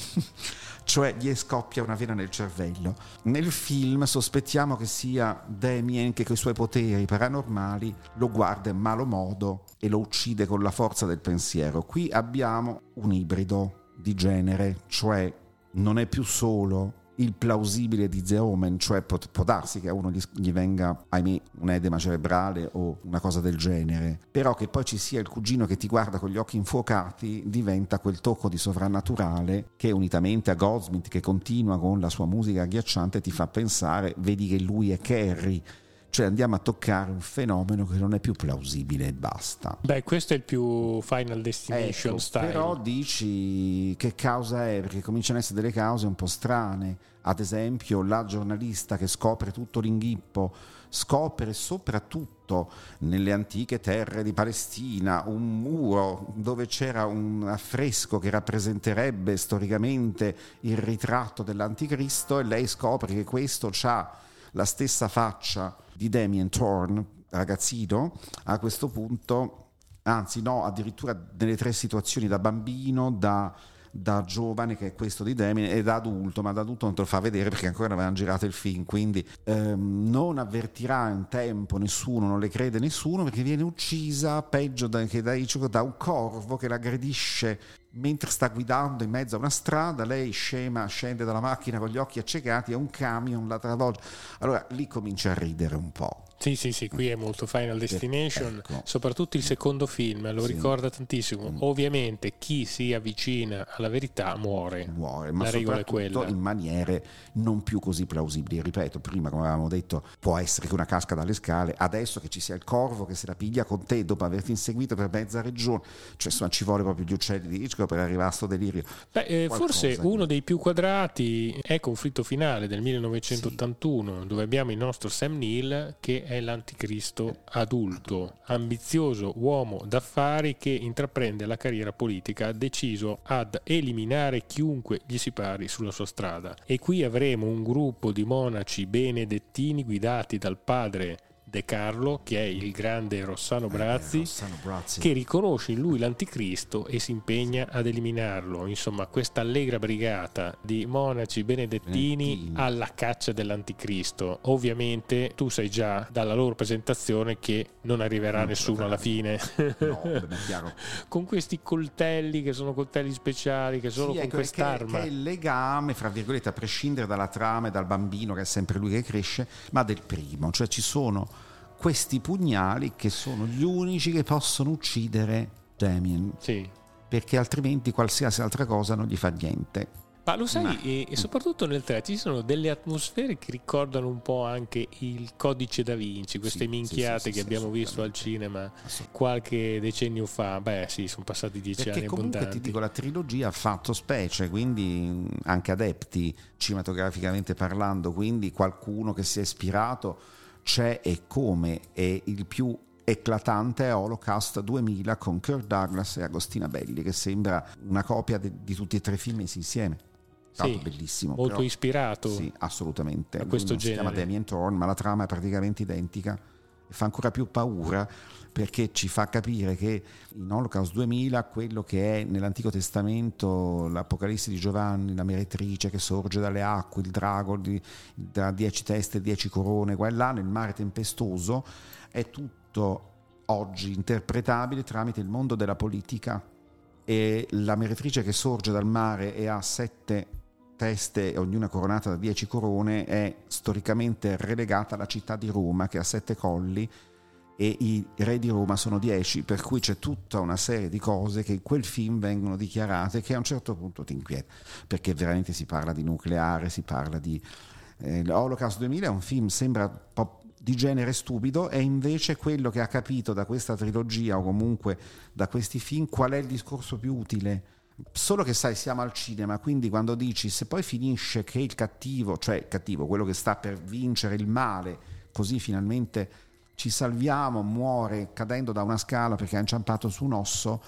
S6: Cioè gli scoppia una vena nel cervello. Nel film sospettiamo che sia Damien che con i suoi poteri paranormali lo guarda in malo modo e lo uccide con la forza del pensiero. Qui abbiamo un ibrido di genere, cioè non è più solo il plausibile di The Omen, cioè può, può darsi che a uno gli, gli venga, ahimè, un edema cerebrale o una cosa del genere, però che poi ci sia il cugino che ti guarda con gli occhi infuocati diventa quel tocco di sovrannaturale che, unitamente a Goldsmith che continua con la sua musica agghiacciante, ti fa pensare, vedi che lui è Carrie. Cioè andiamo a toccare un fenomeno che non è più plausibile e basta.
S1: Beh, questo è il più Final Destination
S6: ecco,
S1: style.
S6: Però dici che causa è, perché cominciano ad essere delle cause un po' strane. Ad esempio la giornalista che scopre tutto l'inghippo, scopre soprattutto nelle antiche terre di Palestina un muro dove c'era un affresco che rappresenterebbe storicamente il ritratto dell'anticristo, e lei scopre che questo c'ha la stessa faccia di Damien Thorne, ragazzino, a questo punto, anzi no, addirittura nelle tre situazioni, da bambino, da, da giovane, che è questo di Damien, e da adulto, ma da adulto non te lo fa vedere perché ancora non avevano girato il film, quindi ehm, non avvertirà in tempo nessuno, non le crede nessuno, perché viene uccisa, peggio da, che da Hitchcock, da un corvo che l'aggredisce mentre sta guidando in mezzo a una strada. Lei scema, scende dalla macchina con gli occhi accecati e un camion la travolge. Allora lì comincia a ridere un po'.
S1: Sì, sì, sì, qui è molto Final Destination,
S6: ecco.
S1: Soprattutto il secondo film lo sì. ricorda tantissimo. Ovviamente chi si avvicina alla verità muore,
S6: muore, ma
S1: la regola è quella.
S6: In maniere non più così plausibili. Ripeto, prima, come avevamo detto, può essere che una casca dalle scale, adesso che ci sia il corvo che se la piglia con te dopo averti inseguito per mezza regione, cioè insomma ci vuole proprio gli uccelli di Hitchcock per arrivare a sto delirio.
S1: Beh, eh, forse uno dei più quadrati è Conflitto finale del millenovecentottantuno, sì. dove abbiamo il nostro Sam Neill che è l'anticristo adulto, ambizioso uomo d'affari che intraprende la carriera politica deciso ad eliminare chiunque gli si pari sulla sua strada. E qui avremo un gruppo di monaci benedettini guidati dal padre De Carlo, che è il grande Rossano Brazzi, eh, Rossano Brazzi, che riconosce in lui l'anticristo e si impegna ad eliminarlo. Insomma, questa allegra brigata di monaci benedettini, benedettini alla caccia dell'anticristo. Ovviamente tu sai già dalla loro presentazione che non arriverà non nessuno alla fine.
S6: No, beh, chiaro.
S1: Con questi coltelli che sono coltelli speciali, che solo sì, con ecco, quest'arma.
S6: Che è il legame, fra virgolette, a prescindere dalla trama e dal bambino, che è sempre lui che cresce, ma del primo. Cioè ci sono questi pugnali che sono gli unici che possono uccidere Damien,
S1: sì.
S6: perché altrimenti qualsiasi altra cosa non gli fa niente.
S1: Ma lo sai,
S6: Ma...
S1: e, e soprattutto nel tre ci sono delle atmosfere che ricordano un po' anche il Codice da Vinci, queste sì, minchiate sì, sì, che sì, abbiamo visto al cinema qualche decennio fa. Beh sì, sono passati dieci
S6: perché
S1: anni
S6: comunque
S1: abbondanti.
S6: Ti dico, la trilogia ha fatto specie, quindi anche adepti cinematograficamente parlando, quindi qualcuno che si è ispirato c'è, e come. E il più eclatante è Holocaust duemila con Kirk Douglas e Agostina Belli, che sembra una copia de- di tutti e tre i film messi insieme. Sì, bellissimo,
S1: molto
S6: però,
S1: ispirato,
S6: sì, assolutamente,
S1: a questo
S6: genere. Si chiama Damien Thorne, ma la trama è praticamente identica e fa ancora più paura, perché ci fa capire che in Holocaust duemila quello che è nell'Antico Testamento l'Apocalisse di Giovanni, la meretrice che sorge dalle acque, il drago di, da dieci teste e dieci corone, qua e là nel mare tempestoso, è tutto oggi interpretabile tramite il mondo della politica. E la meretrice che sorge dal mare e ha sette teste, ognuna coronata da dieci corone, è storicamente relegata alla città di Roma, che ha sette colli, e i re di Roma sono dieci, per cui c'è tutta una serie di cose che in quel film vengono dichiarate, che a un certo punto ti inquieta, perché veramente si parla di nucleare, si parla di... Eh, Holocaust duemila è un film, sembra un po' di genere stupido, e invece quello che ha capito da questa trilogia, o comunque da questi film, qual è il discorso più utile. Solo che sai, siamo al cinema, quindi quando dici, se poi finisce che il cattivo, cioè il cattivo, quello che sta per vincere il male, così finalmente ci salviamo, muore cadendo da una scala perché ha inciampato su un osso,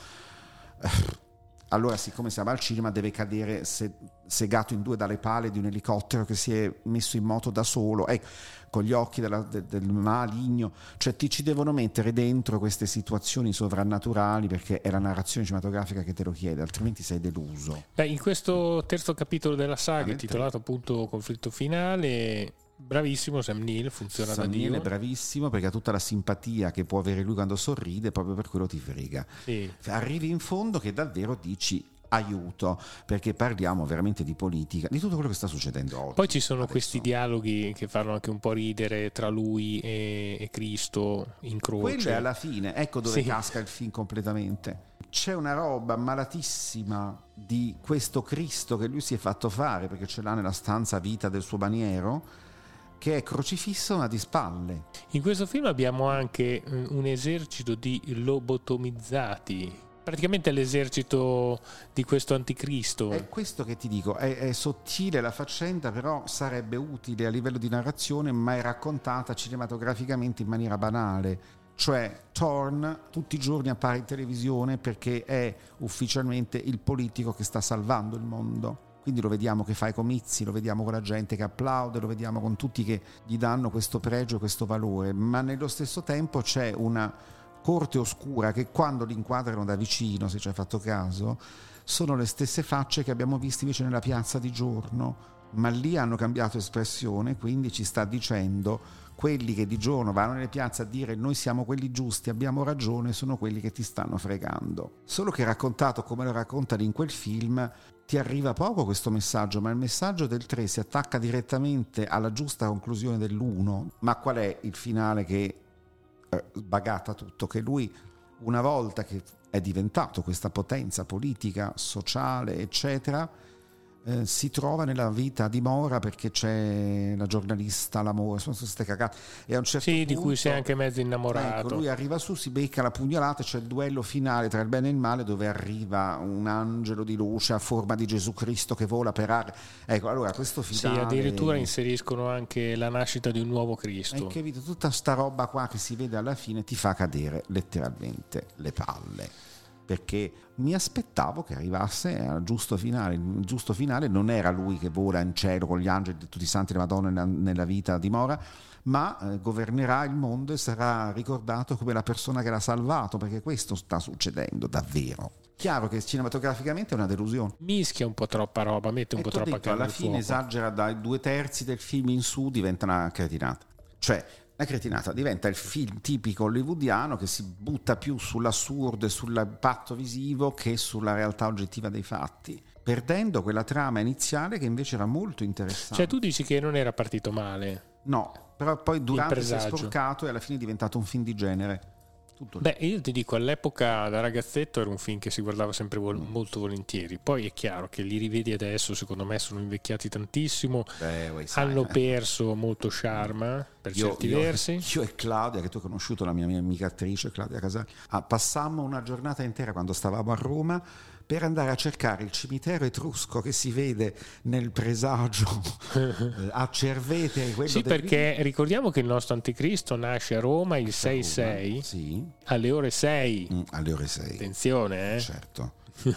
S6: allora siccome siamo al cinema deve cadere se, segato in due dalle pale di un elicottero che si è messo in moto da solo, ecco, con gli occhi della, de, del maligno, cioè ti ci devono mettere dentro queste situazioni sovrannaturali, perché è la narrazione cinematografica che te lo chiede, altrimenti sei deluso.
S1: Beh, in questo terzo capitolo della saga, intitolato appunto Conflitto finale, bravissimo Sam Neill, funziona
S6: Sam
S1: da Dio.
S6: Neill è bravissimo, perché ha tutta la simpatia che può avere lui quando sorride, proprio per quello ti frega.
S1: Sì.
S6: Arrivi in fondo che davvero dici aiuto, perché parliamo veramente di politica, di tutto quello che sta succedendo oggi.
S1: Poi ci sono
S6: adesso.
S1: Questi dialoghi che fanno anche un po' ridere tra lui e, e Cristo in croce.
S6: Quello è alla fine, ecco dove
S1: sì.
S6: casca il film completamente. C'è una roba malatissima di questo Cristo che lui si è fatto fare, perché ce l'ha nella stanza vita del suo baniero, che è crocifisso ma di spalle.
S1: In questo film abbiamo anche un esercito di lobotomizzati, praticamente l'esercito di questo anticristo.
S6: È questo che ti dico, è, è sottile la faccenda, però sarebbe utile a livello di narrazione, ma è raccontata cinematograficamente in maniera banale. Cioè Thorne tutti i giorni appare in televisione perché è ufficialmente il politico che sta salvando il mondo. Quindi lo vediamo che fa i comizi, lo vediamo con la gente che applaude, lo vediamo con tutti che gli danno questo pregio, questo valore, ma nello stesso tempo c'è una corte oscura che quando li inquadrano da vicino, se ci hai fatto caso, sono le stesse facce che abbiamo visto invece nella piazza di giorno, ma lì hanno cambiato espressione, quindi ci sta dicendo quelli che di giorno vanno nelle piazze a dire noi siamo quelli giusti, abbiamo ragione, sono quelli che ti stanno fregando. Solo che raccontato come lo raccontano in quel film ti arriva poco questo messaggio, ma il messaggio del tre si attacca direttamente alla giusta conclusione dell'uno. Ma qual è il finale che eh, sbagata tutto? Che lui, una volta che è diventato questa potenza politica, sociale, eccetera, Eh, si trova nella vita di Mora perché c'è la giornalista, l'amore, sono queste cagate, e a un certo
S1: sì,
S6: punto,
S1: di cui sei anche mezzo innamorato.
S6: Ecco, lui arriva su, si becca la pugnalata, c'è il duello finale tra il bene e il male, dove arriva un angelo di luce a forma di Gesù Cristo che vola per aria. Ecco, allora questo finale,
S1: sì, addirittura inseriscono anche la nascita di un nuovo Cristo.
S6: hai capito? Tutta sta roba qua che si vede alla fine ti fa cadere letteralmente le palle, perché mi aspettavo che arrivasse al giusto finale. Il giusto finale non era lui che vola in cielo con gli angeli di tutti i santi della Madonna nella, nella vita di Mora, ma eh, governerà il mondo e sarà ricordato come la persona che l'ha salvato, perché questo sta succedendo davvero. Chiaro che cinematograficamente è una delusione,
S1: Mischia un po' troppa roba, mette un
S6: e
S1: po'
S6: t'ho
S1: troppa
S6: detto,
S1: carne
S6: alla
S1: al
S6: fine
S1: fuoco.
S6: esagera, dai due terzi del film in su diventa una cretinata. Cioè la cretinata diventa il film tipico hollywoodiano che si butta più sull'assurdo e sull'impatto visivo che sulla realtà oggettiva dei fatti, perdendo quella trama iniziale che invece era molto interessante.
S1: Cioè tu dici che non era partito male?
S6: No, però poi durante si è
S1: presagio.
S6: sporcato e alla fine è diventato un film di genere. Tutto lì.
S1: Beh, io ti dico, all'epoca da ragazzetto era un film che si guardava sempre vol- molto volentieri. Poi è chiaro che li rivedi adesso, secondo me sono invecchiati tantissimo.
S6: Beh, vuoi sai,
S1: hanno
S6: eh.
S1: perso molto charme per
S6: Io,
S1: certi
S6: io,
S1: versi.
S6: io e Claudia, che tu hai conosciuto, la mia, mia amica attrice Claudia Casali, ah, passammo una giornata intera quando stavamo a Roma per andare a cercare il cimitero etrusco che si vede nel presagio eh, a Cervete. Quello
S1: Sì,
S6: del
S1: perché ricordiamo che il nostro anticristo nasce a Roma il sei sei,
S6: sì,
S1: alle ore sei.
S6: mm, alle ore sei.
S1: Attenzione, eh?
S6: Certo.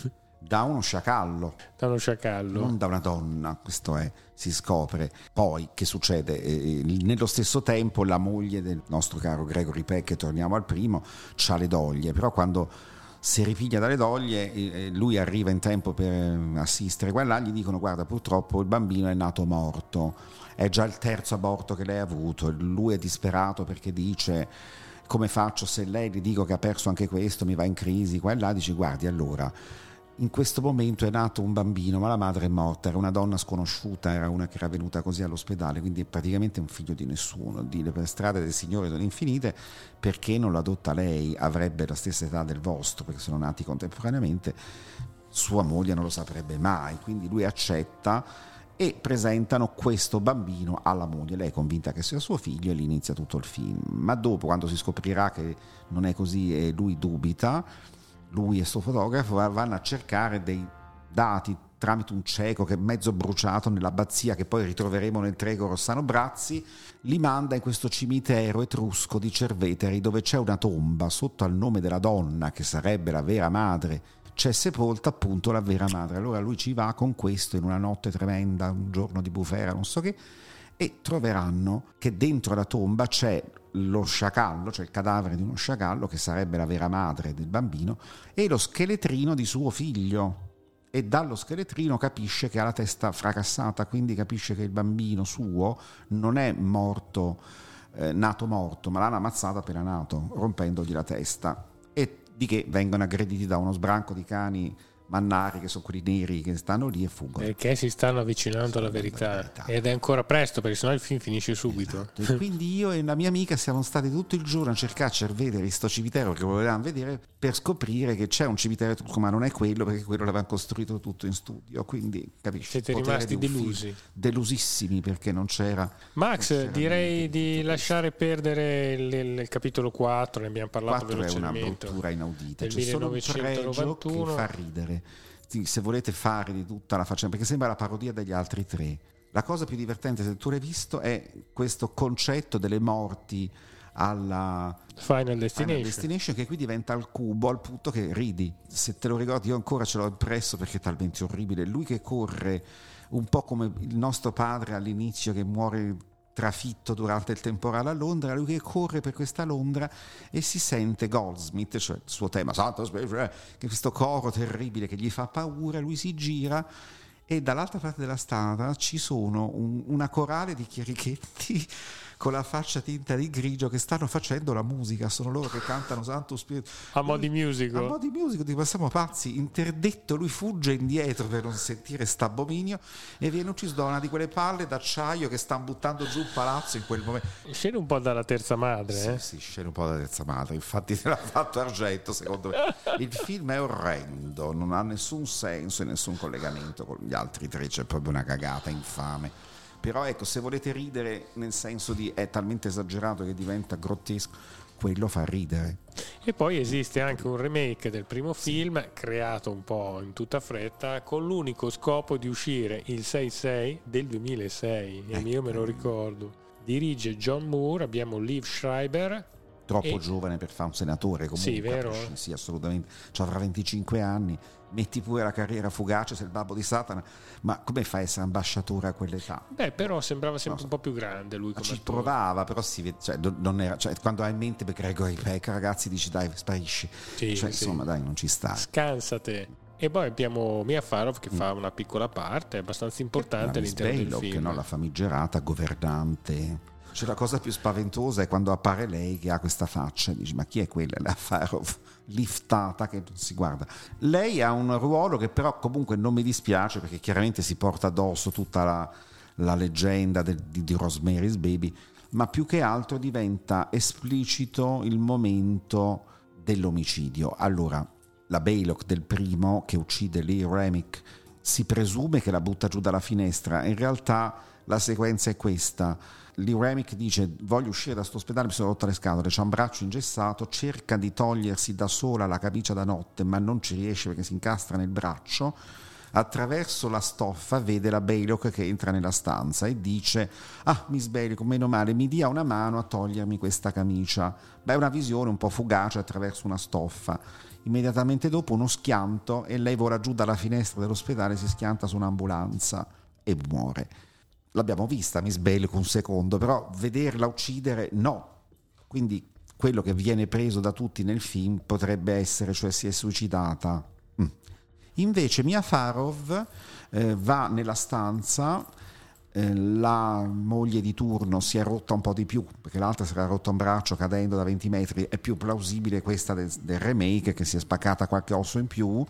S6: Da uno sciacallo,
S1: Da uno sciacallo.
S6: non da una donna, questo è, si scopre. Poi che succede? Eh, nello stesso tempo la moglie del nostro caro Gregory Peck, che torniamo al primo, c'ha le doglie, però quando si ripiglia dalle doglie eh, lui arriva in tempo per assistere qua e là, gli dicono guarda, purtroppo il bambino è nato morto, è già il terzo aborto che lei ha avuto. Lui è disperato perché dice come faccio se lei gli dico che ha perso anche questo, mi va in crisi qua e là. Dice guardi, allora in questo momento è nato un bambino, ma la madre è morta, era una donna sconosciuta, era una che era venuta così all'ospedale, quindi è praticamente un figlio di nessuno, di Le per strade del Signore sono infinite, perché non lo adotta lei? Avrebbe la stessa età del vostro, perché sono nati contemporaneamente, sua moglie non lo saprebbe mai, quindi lui accetta e presentano questo bambino alla moglie, lei è convinta che sia suo figlio e lì inizia tutto il film, ma dopo, quando si scoprirà che non è così e lui dubita, lui e suo fotografo vanno a cercare dei dati tramite un cieco che è mezzo bruciato nell'abbazia, che poi ritroveremo nel Trego Rossano Brazzi, li manda in questo cimitero etrusco di Cerveteri, dove c'è una tomba sotto al nome della donna che sarebbe la vera madre, c'è sepolta appunto la vera madre. Allora lui ci va con questo in una notte tremenda, un giorno di bufera, non so che, e troveranno che dentro la tomba c'è lo sciacallo, cioè il cadavere di uno sciacallo che sarebbe la vera madre del bambino, e lo scheletrino di suo figlio, e dallo scheletrino capisce che ha la testa fracassata, quindi capisce che il bambino suo non è morto, eh, nato morto, ma l'hanno ammazzato appena nato, rompendogli la testa, e di che vengono aggrediti da uno sbranco di cani mannari, che sono quelli neri che stanno lì e fuggono,
S1: perché si stanno avvicinando alla verità. verità ed è ancora presto, perché sennò il film finisce subito.
S6: Esatto. E quindi io e la mia amica siamo stati tutto il giorno a cercare a Cerveteri sto cimitero che volevamo vedere, per scoprire che c'è un cimitero etrusco, ma non è quello, perché quello l'avevano costruito tutto in studio, quindi capisci,
S1: siete rimasti di delusi,
S6: delusissimi, perché non c'era
S1: Max.
S6: non c'era
S1: direi di lasciare perdere il, il, il capitolo quattro, ne abbiamo parlato velocemente.
S6: È una bruttura inaudita,
S1: del
S6: c'è solo un pregio che fa ridere. Se volete fare di tutta la faccenda, perché sembra la parodia degli altri tre. La cosa più divertente, se tu l'hai visto, è questo concetto delle morti alla
S1: Final Destination.
S6: Final Destination, che qui diventa al cubo, al punto che ridi. Se te lo ricordi, io ancora ce l'ho impresso perché è talmente orribile. Lui che corre un po' come il nostro padre all'inizio, che muore trafitto durante il temporale a Londra, lui che corre per questa Londra e si sente Goldsmith, cioè il suo tema, che questo coro terribile che gli fa paura, lui si gira e dall'altra parte della strada ci sono un, una corale di chierichetti con la faccia tinta di grigio che stanno facendo la musica, sono loro che cantano Santo Spirito
S1: a mo' di musical,
S6: a mo' di musical, dico, siamo pazzi. Interdetto, lui fugge indietro per non sentire st'abominio e viene ucciso da una di quelle palle d'acciaio che stanno buttando giù il palazzo in quel momento.
S1: Scende un po' dalla Terza Madre,
S6: sì,
S1: eh?
S6: sì, scende un po' dalla Terza Madre, infatti te l'ha fatto Argento, secondo me. Il film è orrendo, non ha nessun senso e nessun collegamento con gli altri tre, c'è proprio una cagata infame. Però ecco, se volete ridere nel senso di è talmente esagerato che diventa grottesco, quello fa ridere.
S1: E poi esiste anche un remake del primo film, sì, creato un po' in tutta fretta, con l'unico scopo di uscire il sei sei del duemilasei, e io me lo ricordo. Dirige John Moore, abbiamo Liev Schreiber.
S6: Troppo
S1: e...
S6: giovane per fare un senatore, comunque.
S1: Sì, vero?
S6: Sì, assolutamente. Cioè, avrà venticinque anni, metti pure la carriera fugace, sei il babbo di Satana, ma come fai a essere ambasciatore a quell'età?
S1: Beh, però sembrava sempre no, un po' più grande lui come
S6: ci
S1: attore.
S6: Provava, però si vede, cioè, non era, cioè, quando hai in mente Gregory Peck, ragazzi, dici dai, sparisci.
S1: Sì,
S6: cioè,
S1: sì.
S6: Insomma, dai, non ci sta.
S1: Scansate. E poi abbiamo Mia Farrow che mm. fa una piccola parte abbastanza importante all'interno del film.
S6: Che no, la famigerata governante. Cioè, la cosa più spaventosa è quando appare lei che ha questa faccia e dici, ma chi è quella? La Farrow liftata che non si guarda. Lei ha un ruolo che però comunque non mi dispiace, perché chiaramente si porta addosso tutta la, la leggenda del, di, di Rosemary's Baby, ma più che altro diventa esplicito il momento dell'omicidio. Allora, la Baylock del primo che uccide Lee Remick, si presume che la butta giù dalla finestra, in realtà la sequenza è questa. Lee Remick dice, voglio uscire da sto ospedale, mi sono rotta le scatole, c'ha un braccio ingessato, cerca di togliersi da sola la camicia da notte, ma non ci riesce perché si incastra nel braccio. Attraverso la stoffa vede la Baylock che entra nella stanza e dice, ah, Miss Baylock, meno male, mi dia una mano a togliermi questa camicia. Beh, è una visione un po' fugace attraverso una stoffa. Immediatamente dopo uno schianto e lei vola giù dalla finestra dell'ospedale, si schianta su un'ambulanza e muore. L'abbiamo vista Miss Baylock un secondo, però vederla uccidere no. Quindi quello che viene preso da tutti nel film potrebbe essere, cioè si è suicidata. Mm. Invece Mia Farrow eh, va nella stanza, eh, la moglie di turno si è rotta un po' di più, perché l'altra si era rotta un braccio cadendo da venti metri, è più plausibile questa del, del remake, che si è spaccata qualche osso in più.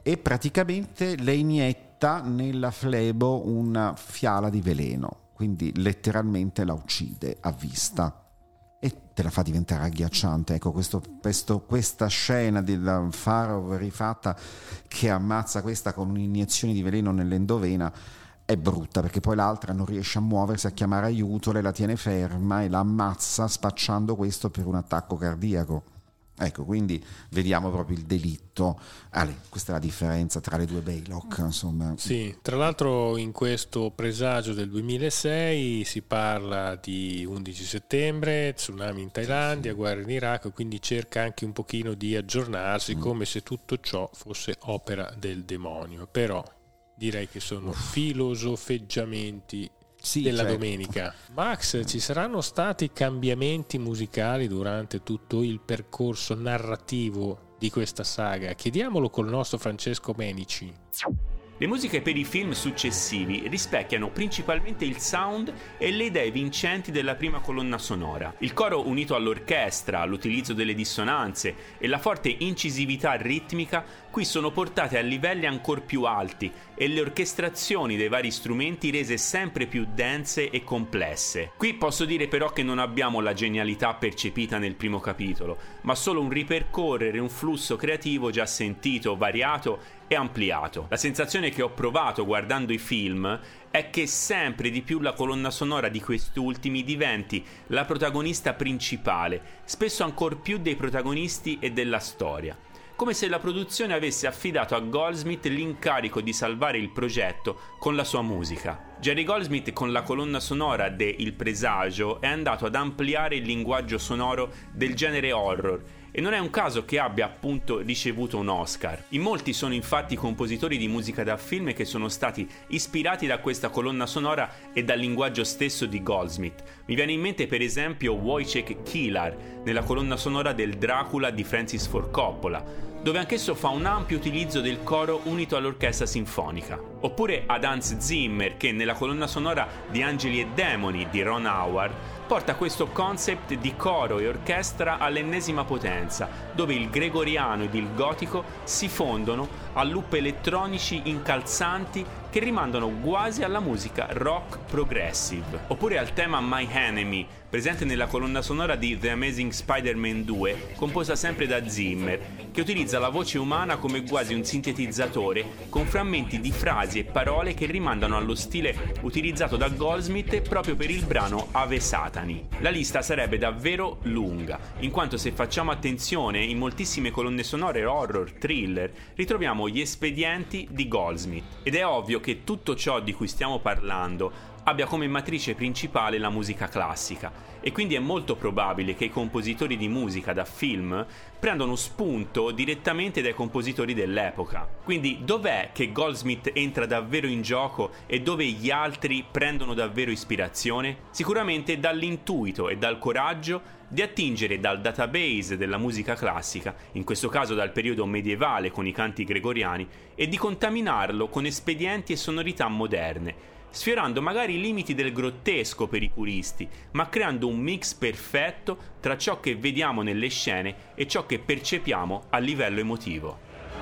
S6: e praticamente le inietta nella flebo una fiala di veleno, quindi letteralmente la uccide a vista e te la fa diventare agghiacciante. Ecco, questo, questo, questa scena del faro rifatta che ammazza questa con un'iniezione di veleno nell'endovena è brutta, perché poi l'altra non riesce a muoversi, a chiamare aiuto, lei la tiene ferma e la ammazza spacciando questo per un attacco cardiaco. Ecco, quindi vediamo proprio il delitto. Ale, questa è la differenza tra le due Baylock, insomma.
S1: Sì, tra l'altro in questo presagio del duemilasei si parla di undici settembre, tsunami in Thailandia, guerra in Iraq, quindi cerca anche un pochino di aggiornarsi, mm. come se tutto ciò fosse opera del demonio. Però direi che sono Uff. filosofeggiamenti sì, della certo. domenica. Max, ci saranno stati cambiamenti musicali durante tutto il percorso narrativo di questa saga? Chiediamolo col nostro Francesco Menici.
S3: Le musiche per i film successivi rispecchiano principalmente il sound e le idee vincenti della prima colonna sonora. Il coro unito all'orchestra, l'utilizzo delle dissonanze e la forte incisività ritmica qui sono portate a livelli ancor più alti e le orchestrazioni dei vari strumenti rese sempre più dense e complesse. Qui posso dire però che non abbiamo la genialità percepita nel primo capitolo, ma solo un ripercorrere un flusso creativo già sentito, variato e ampliato. La sensazione che ho provato guardando i film è che sempre di più la colonna sonora di questi ultimi diventi la protagonista principale, spesso ancor più dei protagonisti e della storia. Come se la produzione avesse affidato a Goldsmith l'incarico di salvare il progetto con la sua musica. Jerry Goldsmith con la colonna sonora de Il Presagio è andato ad ampliare il linguaggio sonoro del genere horror e non è un caso che abbia appunto ricevuto un Oscar. In molti sono infatti compositori di musica da film che sono stati ispirati da questa colonna sonora e dal linguaggio stesso di Goldsmith. Mi viene in mente per esempio Wojciech Kilar nella colonna sonora del Dracula di Francis Ford Coppola, dove anch'esso fa un ampio utilizzo del coro unito all'orchestra sinfonica. Oppure ad Hans Zimmer che nella colonna sonora di Angeli e Demoni di Ron Howard porta questo concept di coro e orchestra all'ennesima potenza, dove il gregoriano ed il gotico si fondono a loop elettronici incalzanti che rimandano quasi alla musica rock progressive. Oppure al tema My Enemy, presente nella colonna sonora di The Amazing Spider-Man due, composta sempre da Zimmer, che utilizza la voce umana come quasi un sintetizzatore, con frammenti di frasi e parole che rimandano allo stile utilizzato da Goldsmith proprio per il brano Ave Satani. La lista sarebbe davvero lunga, in quanto se facciamo attenzione, in moltissime colonne sonore horror, thriller, ritroviamo gli espedienti di Goldsmith. Ed è ovvio che tutto ciò di cui stiamo parlando abbia come matrice principale la musica classica e quindi è molto probabile che i compositori di musica da film prendano spunto direttamente dai compositori dell'epoca. Quindi dov'è che Goldsmith entra davvero in gioco e dove gli altri prendono davvero ispirazione? Sicuramente dall'intuito e dal coraggio di attingere dal database della musica classica, in questo caso dal periodo medievale con i canti gregoriani, e di contaminarlo con espedienti e sonorità moderne, sfiorando magari i limiti del grottesco per i puristi, ma creando un mix perfetto tra ciò che vediamo nelle scene e ciò che percepiamo a livello emotivo.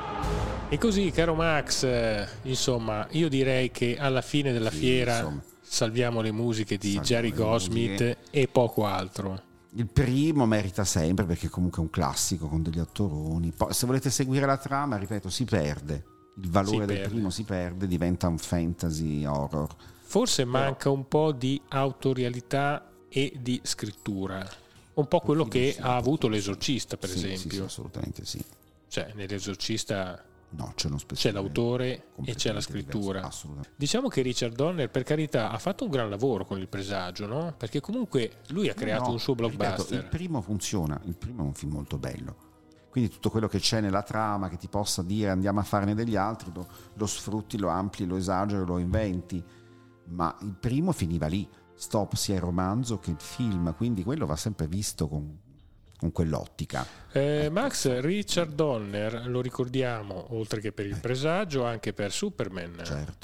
S1: E così, caro Max, insomma, io direi che alla fine della sì, fiera insomma, salviamo le musiche di salviamo Jerry Goldsmith e poco altro.
S6: Il primo merita sempre perché comunque è un classico con degli attoroni. Poi, se volete seguire la trama, ripeto, si perde. Il valore si del perde. primo si perde, diventa un fantasy horror.
S1: Forse Però... manca un po' di autorialità e di scrittura. Un po' quello che ha avuto L'Esorcista, per
S6: sì,
S1: esempio.
S6: Sì, sì, assolutamente sì.
S1: Cioè, nell'Esorcista
S6: no, c'è,
S1: c'è l'autore e c'è la scrittura. Diciamo che Richard Donner, per carità, ha fatto un gran lavoro con Il Presagio, no? Perché comunque lui ha creato no, un suo blockbuster.
S6: Ripeto, il primo funziona, il primo è un film molto bello. Quindi tutto quello che c'è nella trama che ti possa dire andiamo a farne degli altri, lo, lo sfrutti, lo ampli, lo esageri, lo inventi. Ma il primo finiva lì, stop sia il romanzo che il film, quindi quello va sempre visto con, con quell'ottica.
S1: Eh, Max, Richard Donner, lo ricordiamo, oltre che per Il Presagio, anche per Superman.
S6: Certo.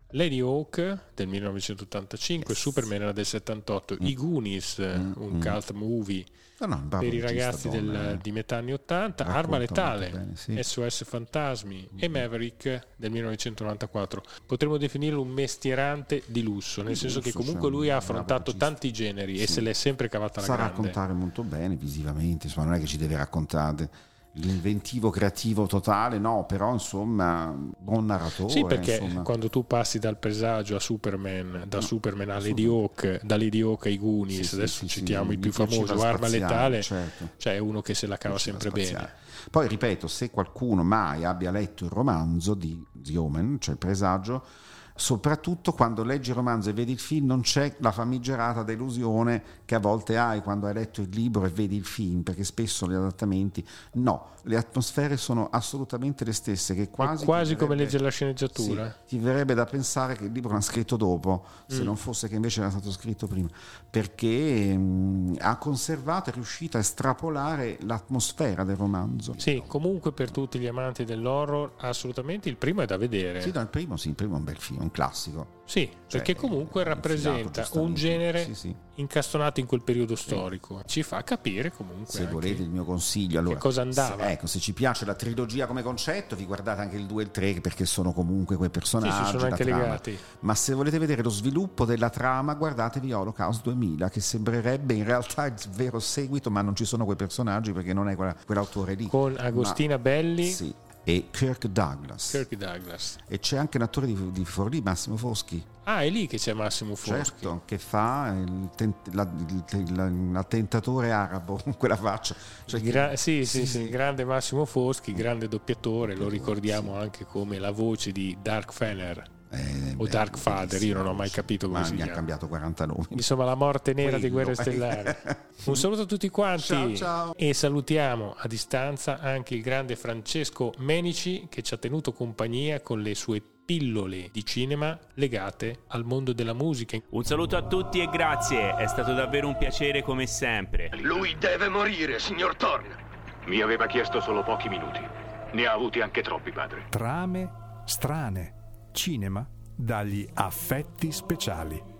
S1: Lady Hawk del millenovecentottantacinque, yes. Superman era del settantotto, mm. I Goonies, mm. un mm. cult movie no, no, per i ragazzi del, donna, eh. di metà anni ottanta, Racconta Arma letale, bene, sì. S O S Fantasmi mm. e Maverick del millenovecentonovantaquattro. Potremmo definirlo un mestierante di lusso, nel di senso lusso, che comunque lui ha affrontato tanti generi sì. e se l'è sempre cavata la
S6: Sa
S1: grande.
S6: Sa raccontare molto bene visivamente, insomma non è che ci deve raccontare l'inventivo creativo totale, no, però insomma buon narratore.
S1: Sì, perché
S6: insomma.
S1: Quando tu passi dal Presagio a Superman, da no, Superman a Lady Hawk, da Lady Hawk ai Goonies, sì, adesso sì, citiamo sì, i più famosi, Arma letale, certo. Cioè è uno che se la cava sempre bene.
S6: Poi ripeto, se qualcuno mai abbia letto il romanzo di The Omen, cioè il Presagio, soprattutto quando leggi il romanzo e vedi il film non c'è la famigerata delusione che a volte hai quando hai letto il libro e vedi il film, perché spesso gli adattamenti no, le atmosfere sono assolutamente le stesse, che quasi,
S1: è quasi
S6: verrebbe,
S1: come leggere la sceneggiatura.
S6: Sì, ti verrebbe da pensare che il libro l'hanno scritto dopo, se mm. non fosse che invece era stato scritto prima, perché mh, ha conservato, è riuscito a estrapolare l'atmosfera del romanzo.
S1: Sì, comunque per tutti gli amanti dell'horror assolutamente il primo è da vedere.
S6: Sì, no, il primo sì, il primo è un bel film, un classico.
S1: Sì, cioè, perché comunque rappresenta un genere sì, sì. incastonato in quel periodo storico. Ci fa capire comunque.
S6: Se volete il mio consiglio, allora,
S1: che cosa andava.
S6: Se, ecco, se ci piace la trilogia come concetto, vi guardate anche il due e il tre perché sono comunque quei personaggi.
S1: Sì, sì, sono anche legati.
S6: Ma se volete vedere lo sviluppo della trama, guardatevi Holocaust duemila, che sembrerebbe in realtà il vero seguito, ma non ci sono quei personaggi perché non è quella, quell'autore lì.
S1: Con Agostina
S6: ma,
S1: Belli.
S6: Sì. E Kirk Douglas.
S1: Kirk Douglas.
S6: E c'è anche un attore di, di Forlì, Massimo Foschi.
S1: Ah, è lì che c'è Massimo Foschi.
S6: Certo, che fa il tent- la, il, l'attentatore arabo con quella faccia. Cioè
S1: Gra- sì, sì, sì, sì, grande Massimo Foschi, grande doppiatore, lo ricordiamo sì. anche come la voce di Dark Fener.
S6: Eh,
S1: o beh, Dark Father, io non ho mai capito come
S6: ma
S1: si
S6: mi
S1: chiama.
S6: Ha cambiato quaranta nomi.
S1: Insomma, la morte nera
S6: Quello.
S1: di Guerre Stellari. Un saluto a tutti quanti.
S6: Ciao, ciao.
S1: E salutiamo a distanza anche il grande Francesco Menici che ci ha tenuto compagnia con le sue pillole di cinema legate al mondo della musica.
S3: Un saluto a tutti e grazie, è stato davvero un piacere come sempre.
S2: Lui deve morire, signor Thorn.
S7: Mi aveva chiesto solo pochi minuti, ne ha avuti anche troppi, padre.
S5: Trame strane. Cinema dagli affetti speciali.